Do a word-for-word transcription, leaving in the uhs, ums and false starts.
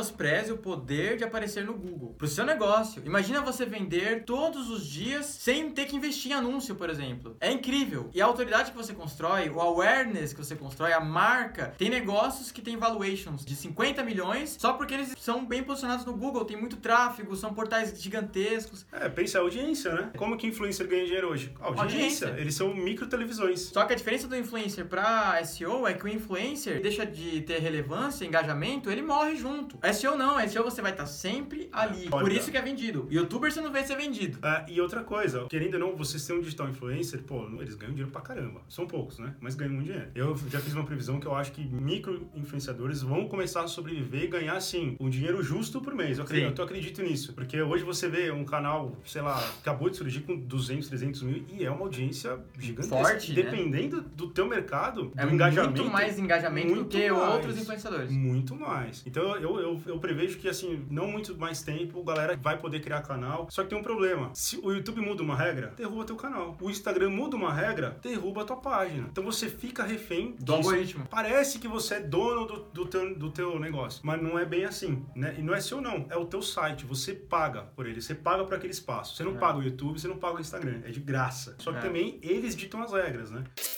menospreze o poder de aparecer no Google. Pro seu negócio. Imagina você vender todos os dias sem ter que investir em anúncio, por exemplo. É incrível. E a autoridade que você constrói, o awareness que você constrói, a marca, tem negócios que tem valuations de cinquenta milhões só porque eles são bem posicionados no Google, tem muito tráfego, são portais gigantescos. É, pensa a audiência, né? Como que influencer ganha dinheiro hoje? Audiência. audiência. Eles são micro televisões. Só que a diferença do influencer pra S E O é que o influencer deixa de ter relevância, engajamento, ele morre junto. S E O não, S E O você vai estar sempre ali. Olha. Por isso que é vendido. Youtuber você não vê ser vendido. É, e outra coisa, querendo ou não, você ser um digital influencer, pô, eles ganham dinheiro pra caramba. São poucos, né? Mas ganham muito dinheiro. Eu já fiz uma previsão que eu acho que micro influenciadores vão começar a sobreviver e ganhar, assim, um dinheiro justo por mês. Eu acredito, eu acredito nisso. Porque hoje você vê um canal, sei lá, acabou de surgir com duzentos, trezentos mil e é uma audiência gigantesca. Forte, dependendo né? do teu mercado, é do engajamento. muito mais engajamento muito do que mais, outros influenciadores. Muito mais. Então eu, eu, eu prevejo que, assim, não muito mais tempo, a galera vai poder criar canal. Só que tem um problema. Se o YouTube muda uma regra, derruba teu canal. O Instagram muda uma regra, derruba a tua página. Então você fica refém do algoritmo. Parece que você é dono do, do, teu, do teu negócio, mas não é bem assim, né? E não é seu não, é o teu site. Você paga por ele, você paga por aquele espaço. Você não é. paga o YouTube, você não paga o Instagram. É de graça. Só que é. também eles ditam as regras, né?